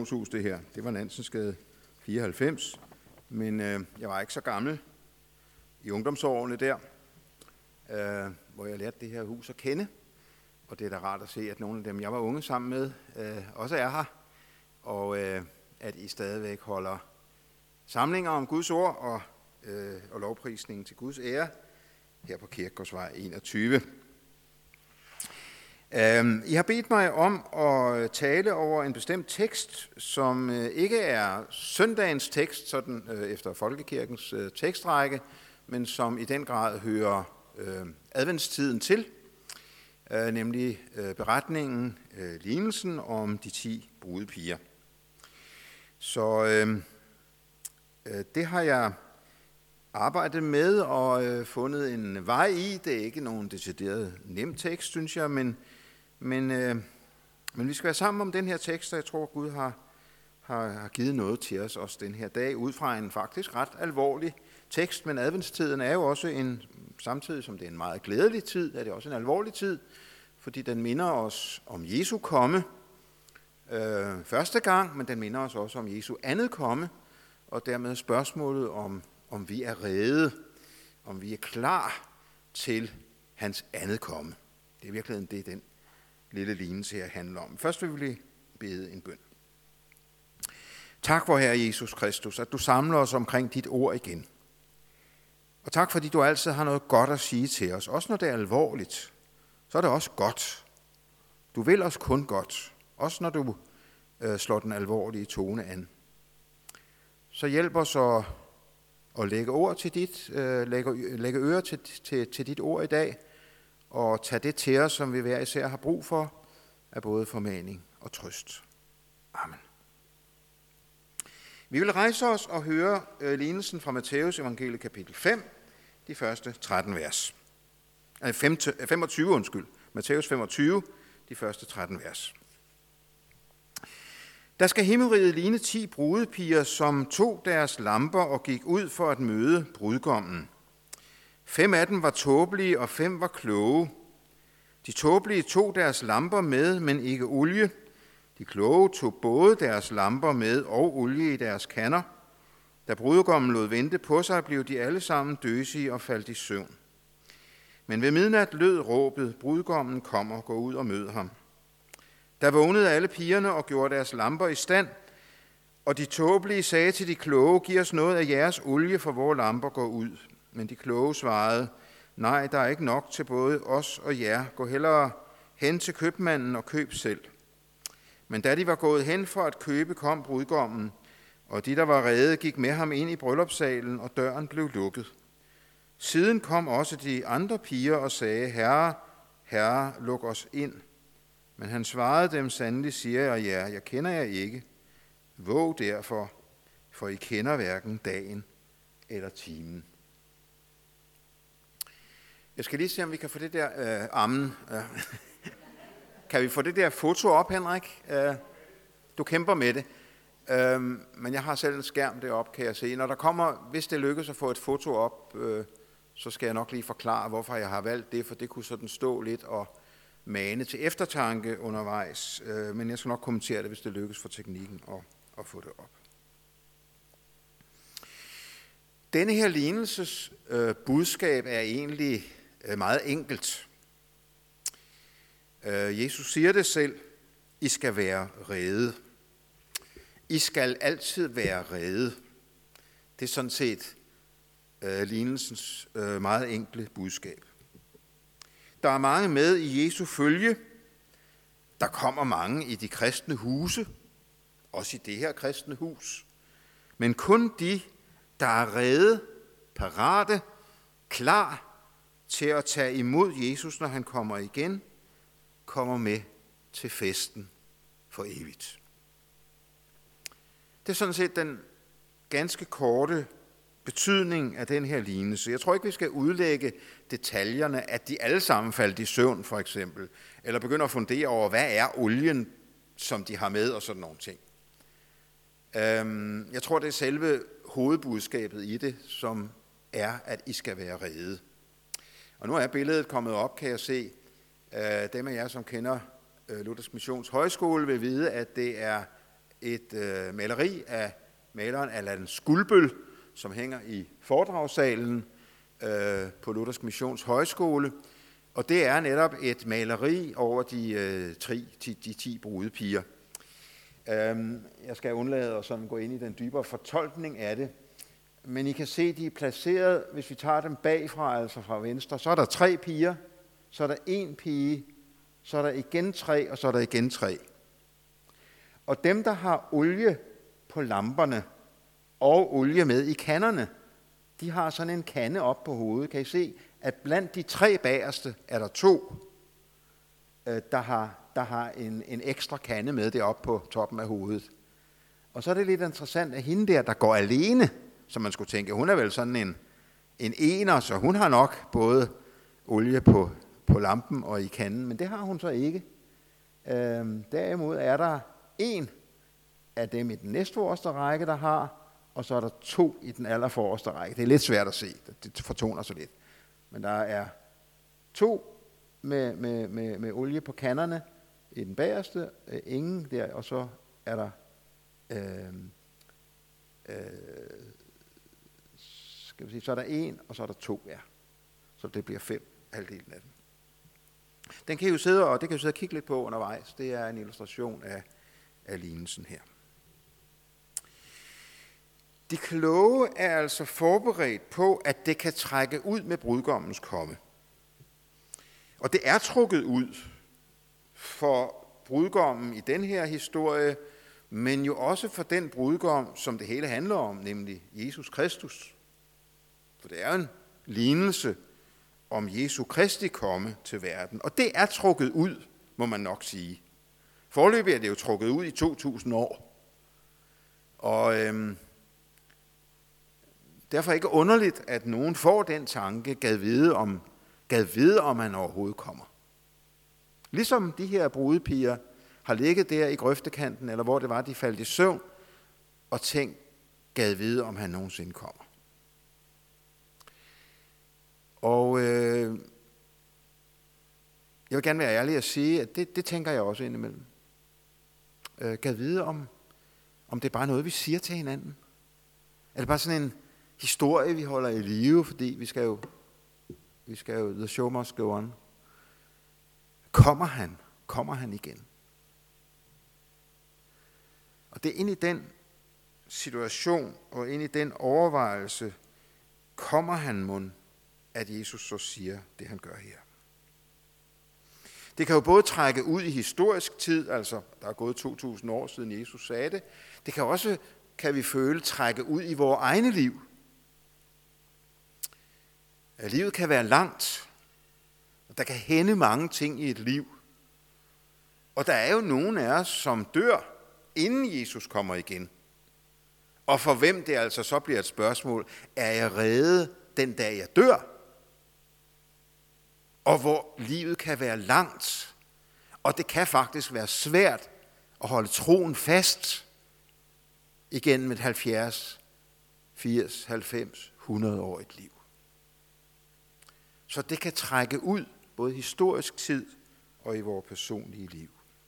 missionshus, det her. Det var Nansensgade 94, men jeg var ikke så gammel i ungdomsårene der, hvor jeg lærte det her hus at kende. Og det er da rart at se, at nogle af dem, jeg var unge sammen med, også er her, og at I stadigvæk holder samlinger om Guds ord og lovprisningen til Guds ære her på Kirkegårdsvej 21. I har bedt mig om at tale over en bestemt tekst, som ikke er søndagens tekst, sådan efter folkekirkens tekstrække, men som i den grad hører adventstiden til, nemlig beretningen, lignelsen om de 10 brudepiger. Så det har jeg arbejdet med og fundet en vej i. Det er ikke nogen decideret nem tekst, synes jeg, men vi skal være sammen om den her tekst, og jeg tror, Gud har givet noget til os også den her dag, ud fra en faktisk ret alvorlig tekst, men adventstiden er jo også samtidig som det er en meget glædelig tid, er det også en alvorlig tid, fordi den minder os om Jesu komme første gang, men den minder os også om Jesu andet komme, og dermed spørgsmålet om vi er rede, om vi er klar til hans andet komme. Det er i virkeligheden det, den lille lignelse her handler om. Først vil vi bede en bøn. Tak, vor Herre Jesus Kristus, at du samler os omkring dit ord igen. Og tak, fordi du altid har noget godt at sige til os. Også når det er alvorligt, så er det også godt. Du vil os kun godt, også når du slår den alvorlige tone an. Så hjælp os at lægge ord til lægge øre til dit ord i dag, og tage det til os, som vi hver især har brug for, af både formaning og trøst. Amen. Vi vil rejse os og høre lignelsen fra Matthæus evangeliet kapitel 5, de første 13 vers. 25. Matthæus 25, de første 13 vers. Der skal himmelriget ligne 10 brudepiger, som tog deres lamper og gik ud for at møde brudgommen. 5 af dem var tåbelige, og 5 var kloge. De tåbelige tog deres lamper med, men ikke olie. De kloge tog både deres lamper med og olie i deres kander. Da brudgommen lod vente på sig, blev de alle sammen døsige og faldt i søvn. Men ved midnat lød råbet, brudgommen kommer, gå ud og mød ham. Der vågnede alle pigerne og gjorde deres lamper i stand, og de tåbelige sagde til de kloge, giv os noget af jeres olie, for vores lamper går ud. Men de kloge svarede, nej, der er ikke nok til både os og jer. Gå hellere hen til købmanden og køb selv. Men da de var gået hen for at købe, kom brudgommen, og de, der var rede, gik med ham ind i bryllupssalen, og døren blev lukket. Siden kom også de andre piger og sagde, Herre, Herre, luk os ind. Men han svarede dem, sandelig siger jeg jer, jeg kender jer ikke. Våg derfor, for I kender hverken dagen eller timen. Jeg skal lige se, om vi kan få det der Kan vi få det der foto op, Henrik? Du kæmper med det. Men jeg har selv en skærm deroppe, kan jeg se. Når der kommer, hvis det lykkes at få et foto op, så skal jeg nok lige forklare, hvorfor jeg har valgt det, for det kunne sådan stå lidt og mane til eftertanke undervejs. Men jeg skal nok kommentere det, hvis det lykkes for teknikken at få det op. Denne her lignelses budskab er egentlig meget enkelt. Jesus siger det selv, I skal være rede. I skal altid være rede. Det er sådan set lignelsens meget enkle budskab. Der er mange med i Jesu følge. Der kommer mange i de kristne huse, også i det her kristne hus. Men kun de, der er rede, parate, klar til at tage imod Jesus, når han kommer igen, kommer med til festen for evigt. Det er sådan set den ganske korte betydning af den her lignelse. Jeg tror ikke, vi skal udlægge detaljerne, at de alle sammen faldt i søvn, for eksempel, eller begynde at fundere over, hvad er olien, som de har med, og sådan nogle ting. Jeg tror, det er selve hovedbudskabet i det, som er, at I skal være rede. Og nu er billedet kommet op, kan jeg se. Dem af jer, som kender Luthersk Missions Højskole, vil vide, at det er et maleri af maleren Allan Skulbøl, som hænger i foredragssalen på Luthersk Missions Højskole. Og det er netop et maleri over de 10 brudepiger. Jeg skal undlade at sådan gå ind i den dybere fortolkning af det. Men I kan se, de er placeret, hvis vi tager dem bagfra, altså fra venstre, så er der 3 piger, så er der 1 pige, så er der igen 3, og så er der igen 3. Og dem, der har olie på lamperne og olie med i kanderne, de har sådan en kande op på hovedet. Kan I se, at blandt de 3 bagerste er der 2, der har en ekstra kande med deroppe på toppen af hovedet. Og så er det lidt interessant, at hende der går alene, så man skulle tænke, hun er vel sådan en ener, så hun har nok både olie på lampen og i kanden, men det har hun så ikke. Derimod er der 1 af dem i den næstforreste række, der har, og så er der 2 i den allerforreste række. Det er lidt svært at se, det fortoner sig lidt. Men der er 2 med olie på kanderne i den bagerste, ingen der, og så er der skal vi sige, så er der 1, og så er der 2, ja. Så det bliver 5, halvdelen af dem. Den kan I jo sidde og kigge lidt på undervejs. Det er en illustration af lignelsen her. De kloge er altså forberedt på, at det kan trække ud med brudgommens komme. Og det er trukket ud for brudgommen i den her historie, men jo også for den brudgom, som det hele handler om, nemlig Jesus Kristus. For det er en lignelse om Jesu Kristi komme til verden. Og det er trukket ud, må man nok sige. Foreløbig er det jo trukket ud i 2000 år. Og derfor er det ikke underligt, at nogen får den tanke, gad vide, om han overhovedet kommer. Ligesom de her brudepiger har ligget der i grøftekanten, eller hvor det var, de faldt i søvn, og tænkt, gad vide, om han nogensinde kommer. Og jeg vil gerne være ærlig at sige, at det tænker jeg også indimellem. Gad vide, om det er bare noget, vi siger til hinanden. Er det bare sådan en historie, vi holder i live, fordi vi skal jo, the show must go on. Kommer han igen? Og det er ind i den situation, og ind i den overvejelse, kommer han mon, at Jesus så siger det, han gør her. Det kan jo både trække ud i historisk tid, altså der er gået 2000 år siden Jesus sagde det. Det kan også, kan vi føle, trække ud i vores egne liv. At livet kan være langt, og der kan hænde mange ting i et liv. Og der er jo nogen af os, som dør, inden Jesus kommer igen. Og for hvem det altså så bliver et spørgsmål, er jeg reddet den dag jeg dør? Og hvor livet kan være langt, og det kan faktisk være svært at holde troen fast igennem et 70, 80, 90, 100 år et liv. Så det kan trække ud, både historisk tid og i vores personlige liv.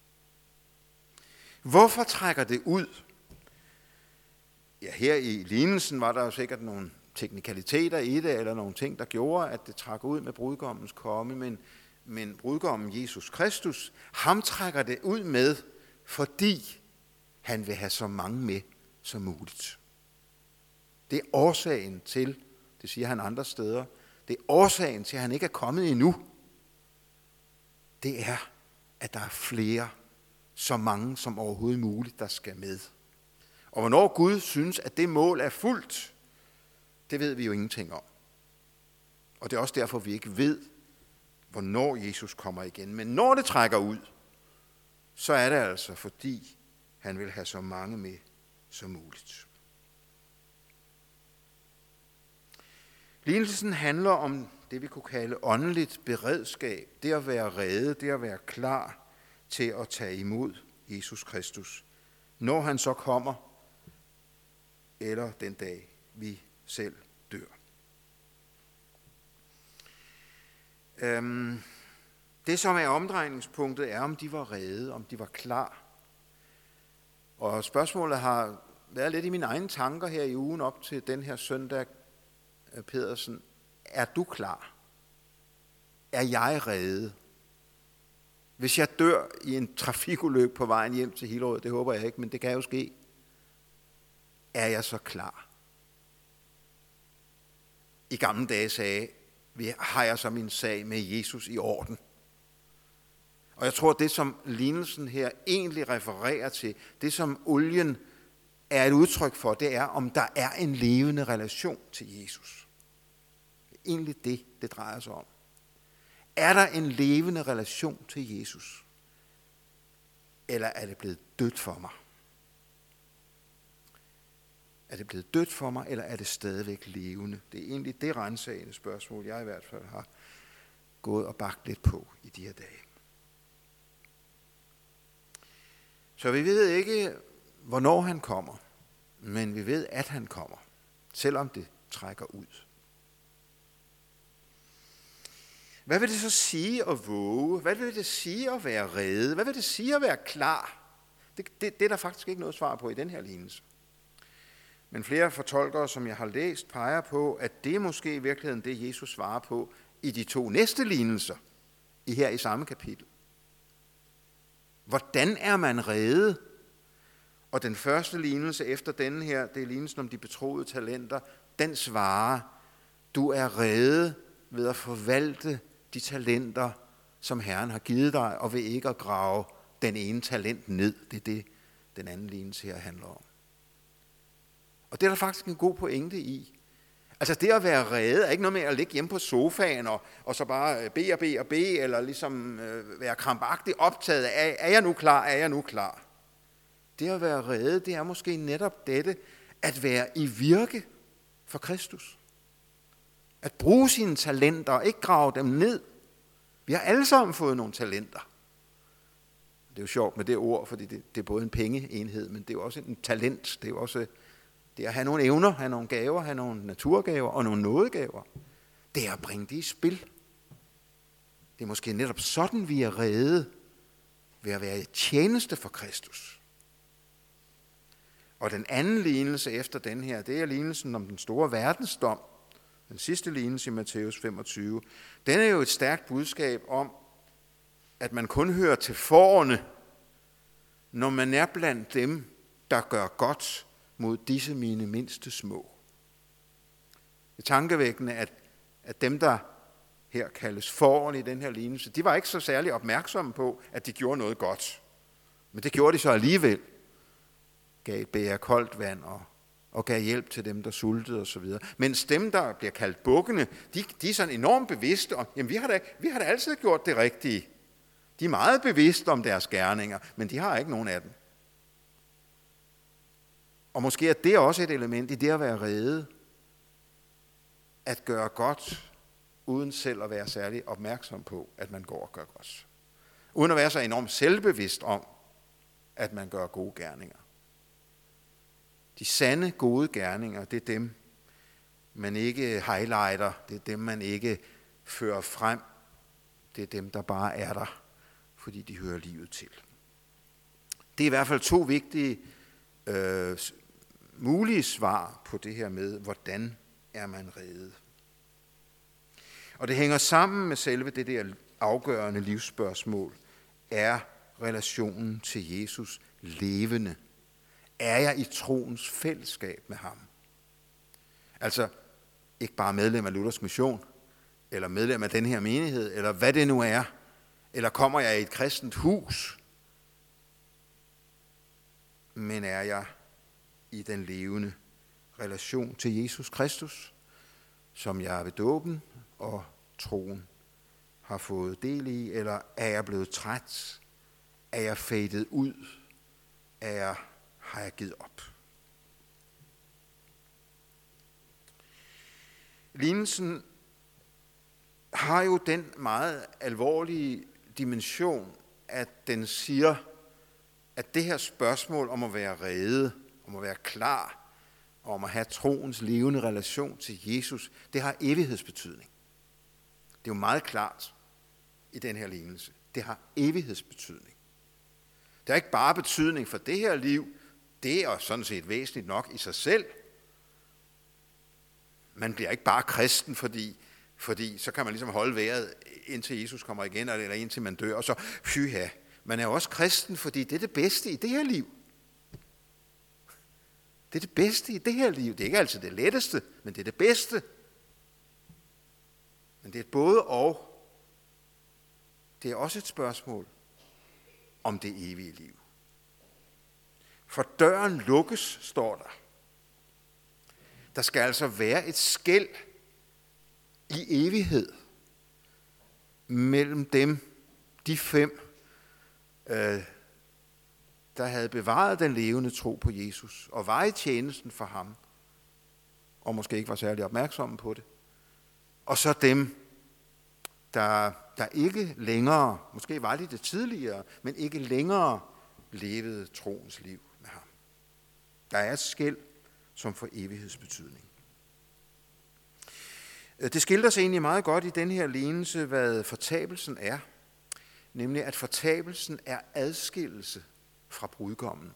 Hvorfor trækker det ud? Ja, her i lignelsen var der jo sikkert nogle teknikaliteter i det, eller nogle ting, der gjorde, at det trækker ud med brudgommens komme, men brudgommen Jesus Kristus, ham trækker det ud med, fordi han vil have så mange med som muligt. Det er årsagen til, det siger han andre steder, det er årsagen til, at han ikke er kommet endnu. Det er, at der er flere, så mange som overhovedet muligt, der skal med. Og hvornår Gud synes, at det mål er fuldt, det ved vi jo ingenting om. Og det er også derfor, vi ikke ved, hvornår Jesus kommer igen. Men når det trækker ud, så er det altså, fordi han vil have så mange med som muligt. Lignelsen handler om det, vi kunne kalde åndeligt beredskab. Det at være rede, det at være klar til at tage imod Jesus Kristus. Når han så kommer, eller den dag, vi selv dør. Det, som er omdrejningspunktet, er, om de var rede, om de var klar. Og spørgsmålet har været lidt i mine egne tanker her i ugen op til den her søndag, Pedersen. Er du klar? Er jeg rede? Hvis jeg dør i en trafikulykke på vejen hjem til Hillerød, det håber jeg ikke, men det kan jo ske. Er jeg så klar? I gamle dage sagde, har jeg så min sag med Jesus i orden? Og jeg tror, det som lignelsen her egentlig refererer til, det som olien er et udtryk for, det er, om der er en levende relation til Jesus. Det er egentlig det drejer sig om. Er der en levende relation til Jesus? Eller er det blevet dødt for mig? Er det blevet dødt for mig, eller er det stadigvæk levende? Det er egentlig det ransagende spørgsmål, jeg i hvert fald har gået og bagt lidt på i de her dage. Så vi ved ikke, hvornår han kommer, men vi ved, at han kommer, selvom det trækker ud. Hvad vil det så sige at våge? Hvad vil det sige at være rede? Hvad vil det sige at være klar? Det er der faktisk ikke noget svar på i den her lignelse. Men flere fortolkere, som jeg har læst, peger på, at det er måske i virkeligheden det, Jesus svarer på i de 2 næste lignelser, her i samme kapitel. Hvordan er man rede? Og den første lignelse efter denne her, det er lignelsen om de betroede talenter, den svarer, du er rede ved at forvalte de talenter, som Herren har givet dig, og ved ikke at grave den ene talent ned. Det er det, den anden lignelse her handler om. Og det er der faktisk en god pointe i. Altså det at være rede er ikke noget med at ligge hjemme på sofaen og så bare bede, eller ligesom være krampagtigt optaget af, er jeg nu klar, er jeg nu klar? Det at være rede, det er måske netop dette, at være i virke for Kristus. At bruge sine talenter og ikke grave dem ned. Vi har alle sammen fået nogle talenter. Det er jo sjovt med det ord, fordi det er både en pengeenhed, men det er jo også en talent. Det er jo også det at have nogle evner, have nogle gaver, have nogle naturgaver og nogle nådegaver. Det er at bringe det i spil. Det er måske netop sådan, vi er rede ved at være i tjeneste for Kristus. Og den anden lignelse efter den her, det er lignelsen om den store verdensdom. Den sidste lignelse i Matthæus 25. Den er jo et stærkt budskab om, at man kun hører til fårene, når man er blandt dem, der gør godt mod disse mine mindste små. Det er tankevækkende, at dem, der her kaldes fårene i den her lignelse, de var ikke så særlig opmærksomme på, at de gjorde noget godt. Men det gjorde de så alligevel. Gav et bæger koldt vand og gav hjælp til dem, der sultede osv. Mens dem, der bliver kaldt bukkene, de er sådan enormt bevidste om, jamen vi har da altid gjort det rigtige. De er meget bevidste om deres gerninger, men de har ikke nogen af dem. Og måske er det også et element i det at være rede. At gøre godt, uden selv at være særlig opmærksom på, at man går og gør godt. Uden at være så enormt selvbevidst om, at man gør gode gerninger. De sande gode gerninger, det er dem, man ikke highlighter, det er dem, man ikke fører frem. Det er dem, der bare er der, fordi de hører livet til. Det er i hvert fald 2 vigtige mulige svar på det her med, hvordan er man rede. Og det hænger sammen med selve det der afgørende livsspørgsmål. Er relationen til Jesus levende? Er jeg i troens fællesskab med ham? Altså ikke bare medlem af Luthers Mission, eller medlem af den her menighed, eller hvad det nu er, eller kommer jeg i et kristent hus, men er jeg i den levende relation til Jesus Kristus, som jeg ved dåben og troen har fået del i, eller er jeg blevet træt? Er jeg fadet ud? Har jeg givet op? Lignelsen har jo den meget alvorlige dimension, at den siger, at det her spørgsmål om at være rede, om at være klar, og om at have troens levende relation til Jesus, det har evighedsbetydning. Det er jo meget klart i den her lignelse. Det har evighedsbetydning. Det har ikke bare betydning for det her liv, det er sådan set væsentligt nok i sig selv. Man bliver ikke bare kristen, fordi så kan man ligesom holde vejret, indtil Jesus kommer igen, eller indtil man dør, og så pyha. Man er også kristen, fordi det er det bedste i det her liv. Det er det bedste i det her liv. Det er ikke altid det letteste, men det er det bedste. Men det er et både og. Det er også et spørgsmål om det evige liv. For døren lukkes, står der. Der skal altså være et skel i evighed mellem dem, de 5, der havde bevaret den levende tro på Jesus og var i tjenesten for ham, og måske ikke var særlig opmærksomme på det, og så dem, der ikke længere, måske var de det tidligere, men ikke længere levede troens liv med ham. Der er et skel, som får evighedsbetydning. Det skildrer sig egentlig meget godt i den her lignelse, hvad fortabelsen er, nemlig at fortabelsen er adskillelse fra brudgommen.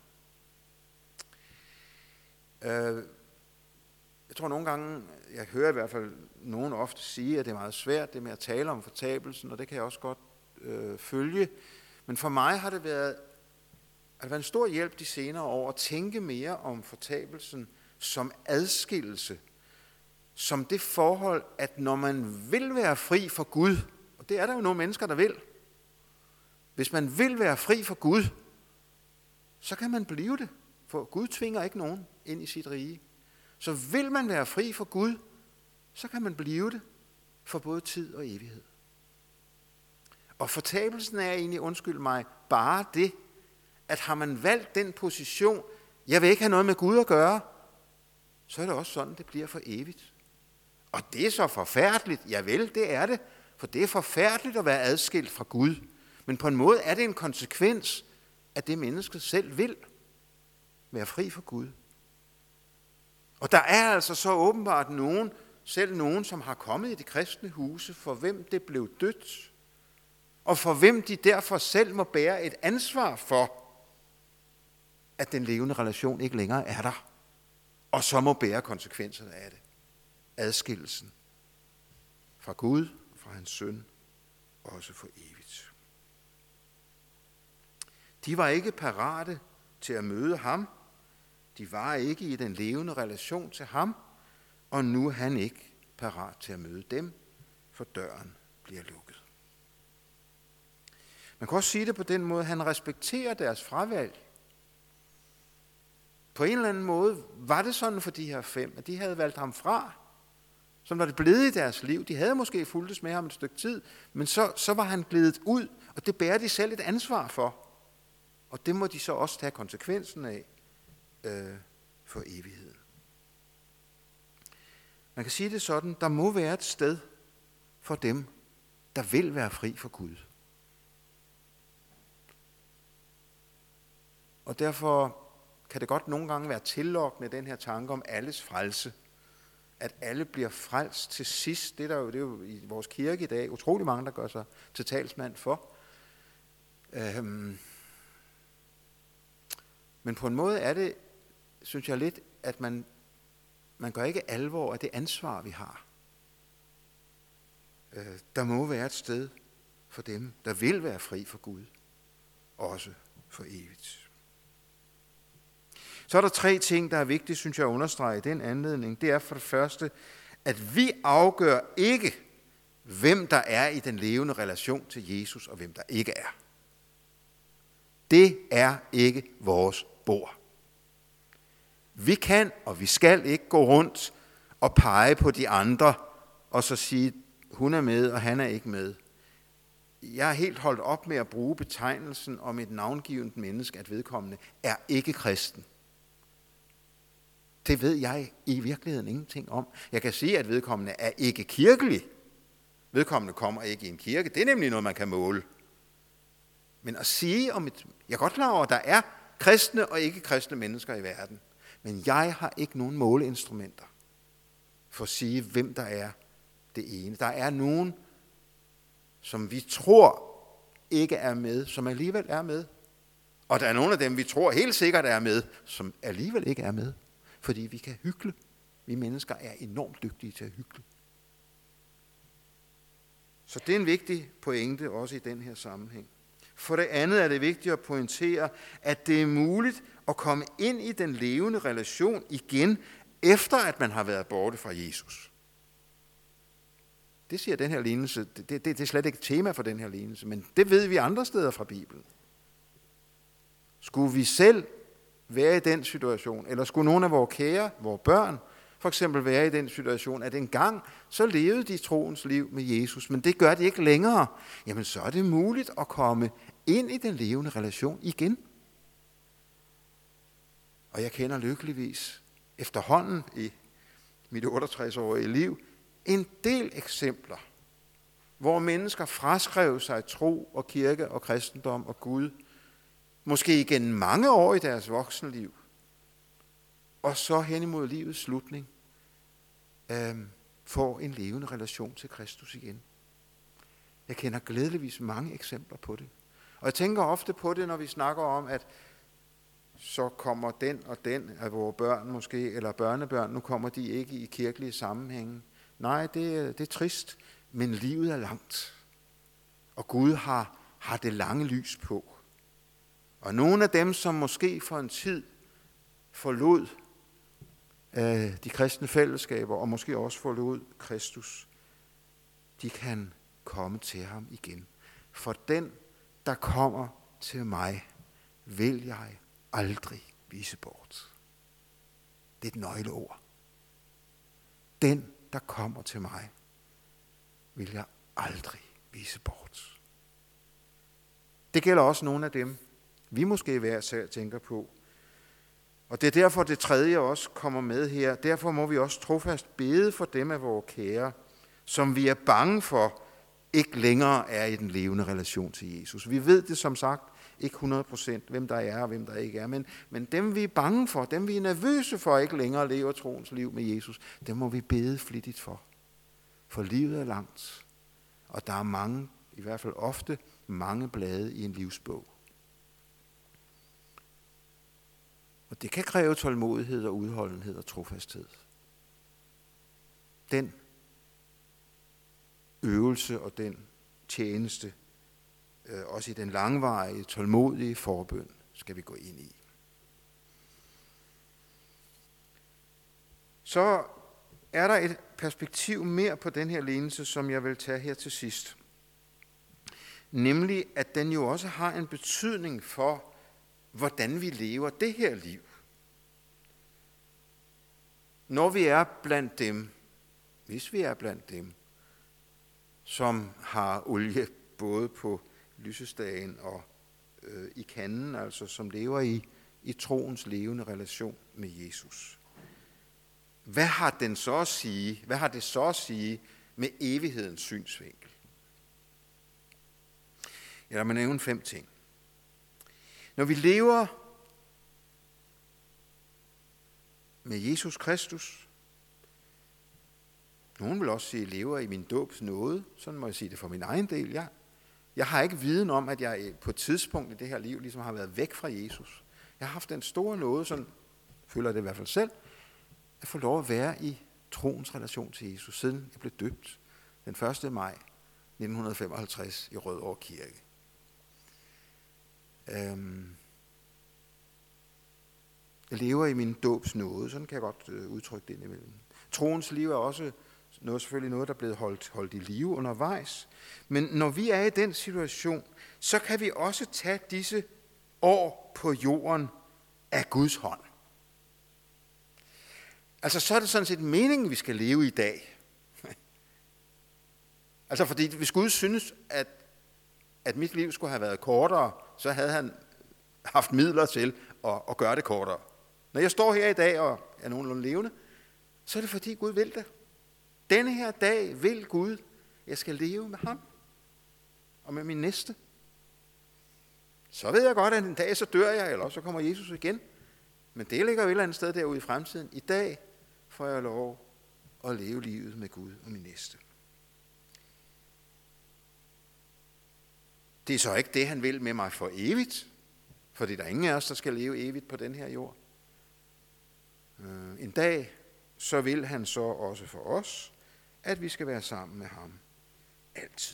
Jeg tror nogle gange, jeg hører i hvert fald nogen ofte sige, at det er meget svært det med at tale om fortabelsen, og det kan jeg også godt følge. Men for mig har det været en stor hjælp de senere år at tænke mere om fortabelsen som adskillelse, som det forhold, at når man vil være fri for Gud, og det er der jo nogle mennesker, der vil, hvis man vil være fri for Gud, så kan man blive det, for Gud tvinger ikke nogen ind i sit rige. Så vil man være fri for Gud, så kan man blive det for både tid og evighed. Og fortabelsen er egentlig, undskyld mig, bare det, at har man valgt den position, jeg vil ikke have noget med Gud at gøre, så er det også sådan, det bliver for evigt. Og det er så forfærdeligt, javel, det er det, for det er forfærdeligt at være adskilt fra Gud. Men på en måde er det en konsekvens af det, mennesket selv vil være fri for Gud. Og der er altså så åbenbart nogen, som har kommet i de kristne huse, for hvem det blev dødt, og for hvem de derfor selv må bære et ansvar for, at den levende relation ikke længere er der, og så må bære konsekvenserne af det. Adskillelsen fra Gud og fra hans søn, også for evigt. De var ikke parate til at møde ham. De var ikke i den levende relation til ham, og nu er han ikke parat til at møde dem, for døren bliver lukket. Man kan også sige det på den måde, at han respekterer deres fravalg. På en eller anden måde var det sådan for de her 5, at de havde valgt ham fra, som var det blevet i deres liv. De havde måske fulgtes med ham et stykke tid, men så var han gledet ud, og det bærer de selv et ansvar for. Og det må de så også tage konsekvensen af for evigheden. Man kan sige det sådan, der må være et sted for dem, der vil være fri for Gud. Og derfor kan det godt nogle gange være tillokkende, den her tanke om alles frelse. At alle bliver frelst til sidst. Det er jo i vores kirke i dag utrolig mange, der gør sig til talsmand for. Men på en måde er det, synes jeg lidt, at man gør ikke alvor af det ansvar, vi har. Der må være et sted for dem, der vil være fri for Gud, også for evigt. Så er der 3 ting, der er vigtigt, synes jeg, at understrege i den anledning. Det er for det første, at vi afgør ikke, hvem der er i den levende relation til Jesus, og hvem der ikke er. Det er ikke vores bord. Vi kan, og vi skal ikke gå rundt og pege på de andre, og så sige, hun er med, og han er ikke med. Jeg er helt holdt op med at bruge betegnelsen om et navngivet menneske, at vedkommende er ikke kristen. Det ved jeg i virkeligheden ingenting om. Jeg kan sige, at vedkommende er ikke kirkelig. Vedkommende kommer ikke i en kirke. Det er nemlig noget, man kan måle. Men at sige om jeg er godt klar over, at der er kristne og ikke kristne mennesker i verden. Men jeg har ikke nogen måleinstrumenter for at sige, hvem der er det ene. Der er nogen, som vi tror ikke er med, som alligevel er med. Og der er nogle af dem, vi tror helt sikkert er med, som alligevel ikke er med, fordi vi kan hykle. Vi mennesker er enormt dygtige til at hykle. Så det er en vigtig pointe også i den her sammenhæng. For det andet er det vigtigt at pointere, at det er muligt at komme ind i den levende relation igen, efter at man har været borte fra Jesus. Det siger den her lignelse. Det er slet ikke et tema for den her lignelse, men det ved vi andre steder fra Bibelen. Skulle vi selv være i den situation, eller skulle nogle af vores kære, vores børn, for eksempel være i den situation, at engang så levede de troens liv med Jesus, men det gør de ikke længere, jamen så er det muligt at komme ind i den levende relation igen. Og jeg kender lykkeligvis efterhånden i mit 68-årige liv en del eksempler, hvor mennesker fraskrev sig tro og kirke og kristendom og Gud, måske igen mange år i deres voksenliv, og så hen imod livets slutning får en levende relation til Kristus igen. Jeg kender glædeligvis mange eksempler på det. Og jeg tænker ofte på det, når vi snakker om, at så kommer den og den af vores børn måske, eller børnebørn, nu kommer de ikke i kirkelige sammenhænge. Nej, det er trist, men livet er langt. Og Gud har det lange lys på. Og nogle af dem, som måske for en tid forlod de kristne fællesskaber, og måske også forlod Kristus, de kan komme til ham igen. For den, der kommer til mig, vil jeg aldrig vise bort. Det er et nøgleord. Den, der kommer til mig, vil jeg aldrig vise bort. Det gælder også nogle af dem, vi måske hver især tænker på. Og det er derfor, det tredje også kommer med her. Derfor må vi også trofast bede for dem af vores kære, som vi er bange for, ikke længere er i den levende relation til Jesus. Vi ved det som sagt ikke 100%, hvem der er og hvem der ikke er, men dem vi er bange for, dem vi er nervøse for ikke længere lever troens liv med Jesus, dem må vi bede flittigt for. For livet er langt, og der er mange, i hvert fald ofte, mange blade i en livsbog. Og det kan kræve tålmodighed og udholdenhed og trofasthed. Den øvelse og den tjeneste, også i den langvarige, tålmodige forbøn, skal vi gå ind i. Så er der et perspektiv mere på den her lignelse, som jeg vil tage her til sidst. Nemlig, at den jo også har en betydning for, hvordan vi lever det her liv. Når vi er blandt dem, hvis vi er blandt dem, som har olie både på lysestagen og i kanden, altså som lever i troens levende relation med Jesus. Hvad har den så at sige? Hvad har det så at sige med evighedens synsvinkel? Lad mig nævne 5 ting. Når vi lever med Jesus Kristus, nogen vil også sige, lever i min dåbs nåde, sådan må jeg sige det for min egen del. Jeg har ikke viden om, at jeg på et tidspunkt i det her liv ligesom har været væk fra Jesus. Jeg har haft den store nåde, sådan føler det i hvert fald selv, at få lov at være i troens relation til Jesus, siden jeg blev døbt den 1. maj 1955 i Rødovre Kirke. Jeg lever i min dåbs nåde, sådan kan jeg godt udtrykke det indimellem. Troens liv er også selvfølgelig noget, der er blevet holdt i live undervejs. Men når vi er i den situation, så kan vi også tage disse år på jorden af Guds hånd. Altså så er det sådan set meningen, vi skal leve i dag. Altså fordi hvis Gud synes, at mit liv skulle have været kortere, så havde han haft midler til at gøre det kortere. Når jeg står her i dag og er nogenlunde levende, så er det fordi Gud vil det. Denne her dag vil Gud, jeg skal leve med ham og med min næste. Så ved jeg godt, at en dag så dør jeg, eller så kommer Jesus igen. Men det ligger jo et eller andet sted derude i fremtiden. I dag får jeg lov at leve livet med Gud og min næste. Det er så ikke det, han vil med mig for evigt. Fordi der er ingen af os, der skal leve evigt på den her jord. En dag, så vil han så også for os, at vi skal være sammen med ham altid.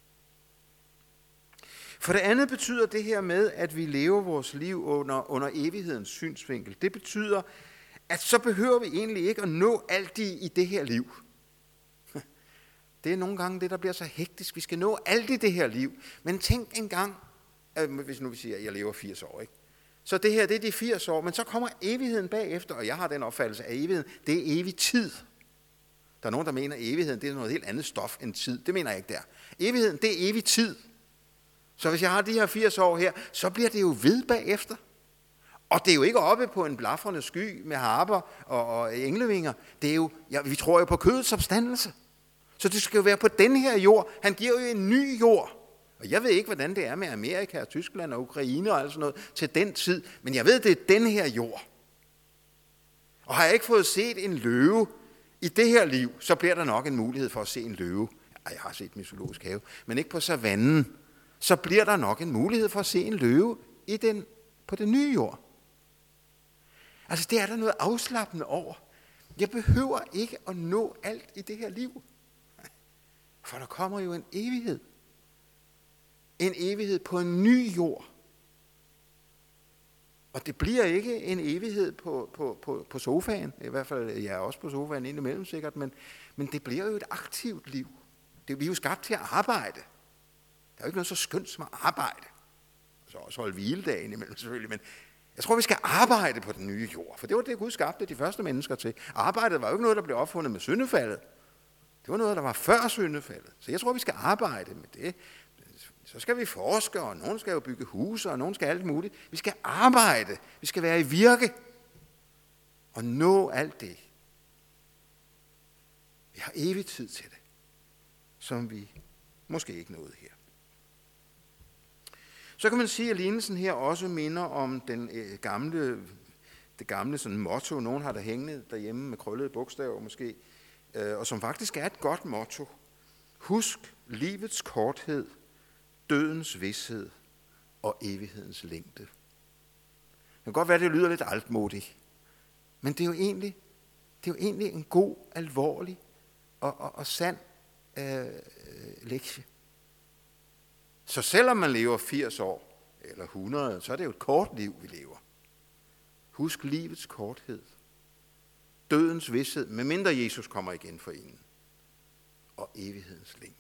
For det andet betyder det her med, at vi lever vores liv under evighedens synsvinkel. Det betyder, at så behøver vi egentlig ikke at nå alt i det her liv. Det er nogle gange det, der bliver så hektisk. Vi skal nå alt i det her liv. Men tænk engang, hvis nu vi siger, at jeg lever 80 år, ikke? Så det her, det er de 80 år, men så kommer evigheden bagefter, og jeg har den opfattelse af evigheden, det er evig tid. Der er nogen, der mener, at evigheden, det er noget helt andet stof end tid. Det mener jeg ikke der. Evigheden, det er evig tid. Så hvis jeg har de her 80 år her, så bliver det jo ved bagefter. Og det er jo ikke oppe på en blafrende sky med harper og englevinger. Det er jo, vi tror jo på kødets opstandelse. Så det skal jo være på den her jord. Han giver jo en ny jord. Og jeg ved ikke, hvordan det er med Amerika og Tyskland og Ukraine og alt sådan noget til den tid. Men jeg ved, det er den her jord. Og har jeg ikke fået set en løve i det her liv, så bliver der nok en mulighed for at se en løve. Jeg har set den i zoologisk have, men ikke på savannen. Så bliver der nok en mulighed for at se en løve på den nye jord. Altså, det er der noget afslappende over. Jeg behøver ikke at nå alt i det her liv. For der kommer jo en evighed. En evighed på en ny jord. Og det bliver ikke en evighed på sofaen. I hvert fald, jeg er også på sofaen indimellem sikkert, men det bliver jo et aktivt liv. Vi er jo skabt til at arbejde. Der er jo ikke noget så skønt som at arbejde. Så også holde hviledagen imellem selvfølgelig, men jeg tror, vi skal arbejde på den nye jord. For det var det, Gud skabte de første mennesker til. Arbejdet var jo ikke noget, der blev opfundet med syndefaldet. Det var noget, der var før syndefaldet. Så jeg tror, vi skal arbejde med det. Så skal vi forske, og nogen skal jo bygge huse, og nogen skal alt muligt. Vi skal arbejde. Vi skal være i virke. Og nå alt det. Vi har evig tid til det, som vi måske ikke nåede her. Så kan man sige, at lignelsen her også minder om det gamle sådan motto. Nogen har der hængende derhjemme med krøllede bogstaver måske, og som faktisk er et godt motto. Husk livets korthed, dødens vished og evighedens længde. Det kan godt være, at det lyder lidt altmodigt, men det er jo egentlig en god, alvorlig og sand lektie. Så selvom man lever 80 år eller 100, så er det jo et kort liv, vi lever. Husk livets korthed, dødens vished, medmindre Jesus kommer igen for en, og evighedens længde.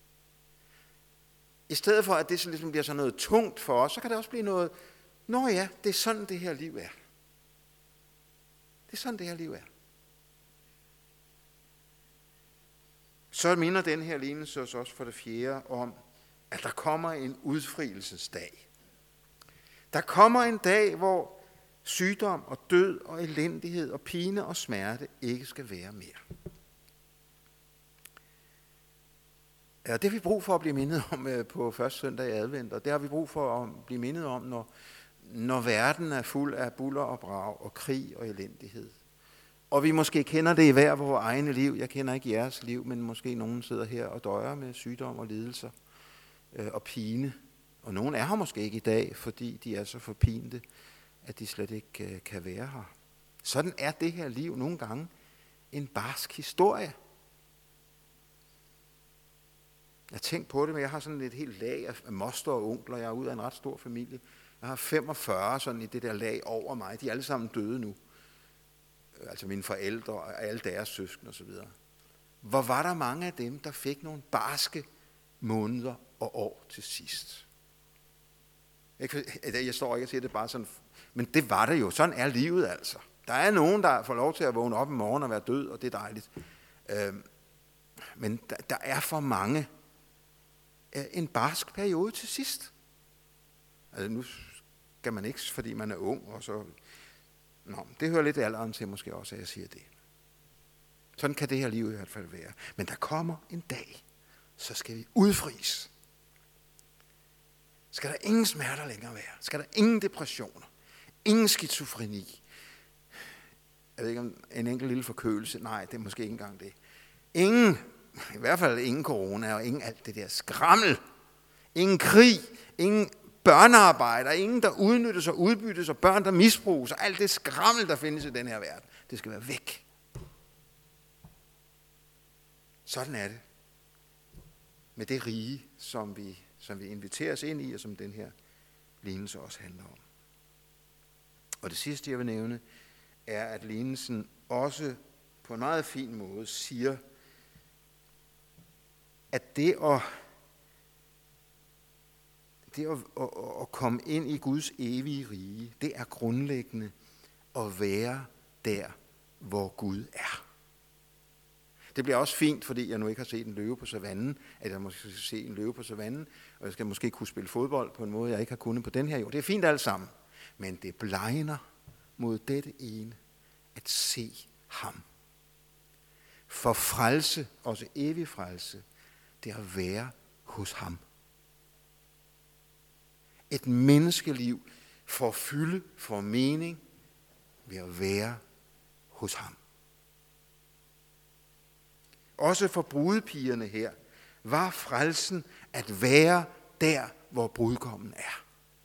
I stedet for, at det så ligesom bliver sådan noget tungt for os, så kan det også blive noget, nå ja, det er sådan, det her liv er. Det er sådan, det her liv er. Så minder den her lignelse os også for det fjerde om, at der kommer en udfrielsesdag. Der kommer en dag, hvor sygdom og død og elendighed og pine og smerte ikke skal være mere. Ja, det har vi brug for at blive mindet om på første søndag i advent, og det har vi brug for at blive mindet om, når verden er fuld af buller og brag og krig og elendighed. Og vi måske kender det i hver vores egne liv. Jeg kender ikke jeres liv, men måske nogen sidder her og døjer med sygdom og lidelser og pine. Og nogen er her måske ikke i dag, fordi de er så forpinte, at de slet ikke kan være her. Sådan er det her liv nogle gange en barsk historie. Jeg tænker på det, men jeg har sådan et helt lag af moster og onkler. Jeg er ud af en ret stor familie. Jeg har 45 sådan i det der lag over mig. De er alle sammen døde nu. Altså mine forældre og alle deres søskende osv. Hvor var der mange af dem, der fik nogle måneder og år til sidst. Jeg står ikke og siger det bare sådan, men det var det jo. Sådan er livet altså. Der er nogen, der får lov til at vågne op i morgen og være død, og det er dejligt. Men der er for mange en barsk periode til sidst. Altså nu skal man ikke, fordi man er ung, og så... Nå, det hører lidt alderen til måske også, at jeg siger det. Sådan kan det her liv i hvert fald være. Men der kommer en dag, så skal vi udfries. Skal der ingen smerter længere være? Skal der ingen depressioner? Ingen skizofreni? Jeg ved ikke om en enkelt lille forkølelse. Nej, det er måske ikke engang det. Ingen, i hvert fald ingen corona, og ingen alt det der skrammel. Ingen krig, ingen børnearbejder, ingen, der udnyttes og udbyttes, og børn, der misbruges, og alt det skrammel, der findes i den her verden. Det skal være væk. Sådan er det med det rige, som vi inviteres ind i, og som den her lignelse også handler om. Og det sidste, jeg vil nævne, er, at lignelsen også på en meget fin måde siger, at det at komme ind i Guds evige rige, det er grundlæggende at være der, hvor Gud er. Det bliver også fint, fordi jeg nu ikke har set en løve på savannen, at jeg måske skal se en løve på savannen, og jeg skal måske kunne spille fodbold på en måde, jeg ikke har kunnet på den her jord. Det er fint alt sammen, men det blegner mod dette ene, at se ham. For frelse, også evig frelse, det er at være hos ham. Et menneskeliv får fylde, får mening ved at være hos ham. Også for brudepigerne her var frelsen at være der, hvor brudgommen er.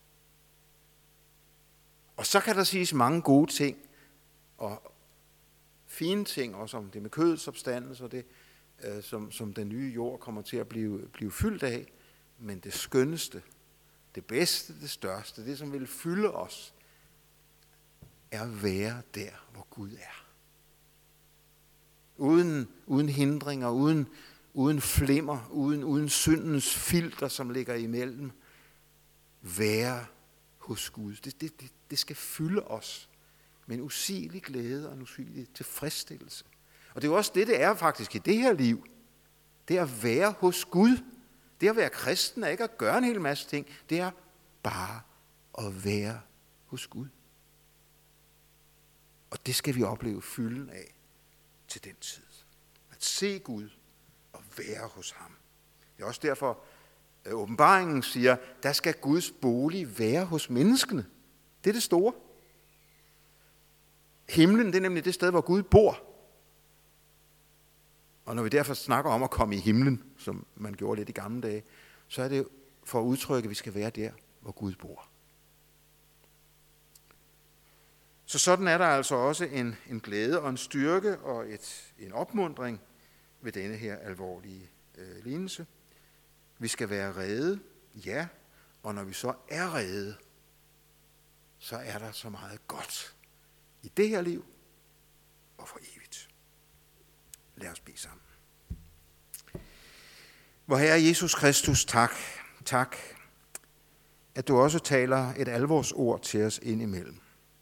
Og så kan der siges mange gode ting, og fine ting, også om det med kødets opstandelse, og det, som den nye jord kommer til at blive fyldt af. Men det skønneste, det bedste, det største, det som vil fylde os, er at være der, hvor Gud er. Uden hindringer, uden flimmer, uden syndens filter, som ligger imellem. Være hos Gud. Det skal fylde os med en usigelig glæde og en usigelig tilfredsstillelse. Og det er jo også det er faktisk i det her liv. Det er at være hos Gud. Det at være kristen er ikke at gøre en hel masse ting. Det er bare at være hos Gud. Og det skal vi opleve fylden af til den tid. At se Gud og være hos ham. Det er også derfor, åbenbaringen siger, der skal Guds bolig være hos menneskene. Det er det store. Himlen, det er nemlig det sted, hvor Gud bor. Og når vi derfor snakker om at komme i himlen, som man gjorde lidt i gamle dage, så er det for at udtrykke, at vi skal være der, hvor Gud bor. Så sådan er der altså også en glæde og en styrke og en opmuntring ved denne her alvorlige lignelse. Vi skal være rede, ja, og når vi så er rede, så er der så meget godt i det her liv og for evigt. Lad os bede sammen. Vor Herre Jesus Kristus, tak, at du også taler et alvorsord til os indimellem.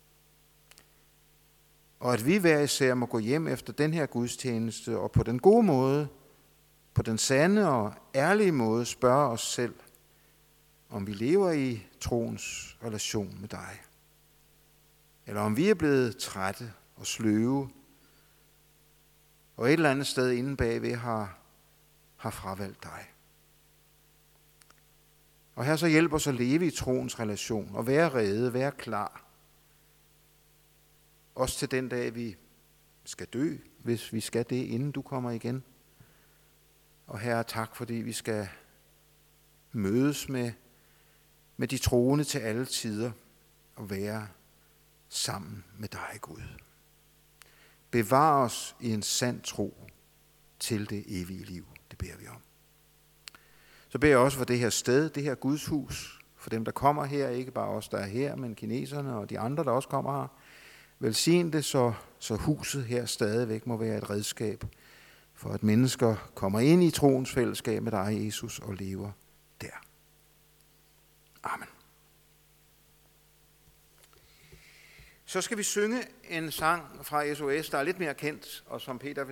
Og at vi hver især må gå hjem efter den her gudstjeneste og på den gode måde, på den sande og ærlige måde spørge os selv, om vi lever i troens relation med dig. Eller om vi er blevet trætte og sløve, og et eller andet sted inde bagved har fravalgt dig. Og her så hjælp os at leve i troens relation, og være rede, være klar. Også til den dag, vi skal dø, hvis vi skal det, inden du kommer igen. Og Herre, tak, fordi vi skal mødes med de troende til alle tider og være sammen med dig, Gud. Bevar os i en sand tro til det evige liv. Det beder vi om. Så beder jeg også for det her sted, det her Guds hus, for dem, der kommer her, ikke bare os, der er her, men kineserne og de andre, der også kommer her. Velsign det, så huset her stadigvæk må være et redskab for, at mennesker kommer ind i troens fællesskab med dig, Jesus, og lever der. Amen. Så skal vi synge en sang fra SOS, der er lidt mere kendt, og som Peter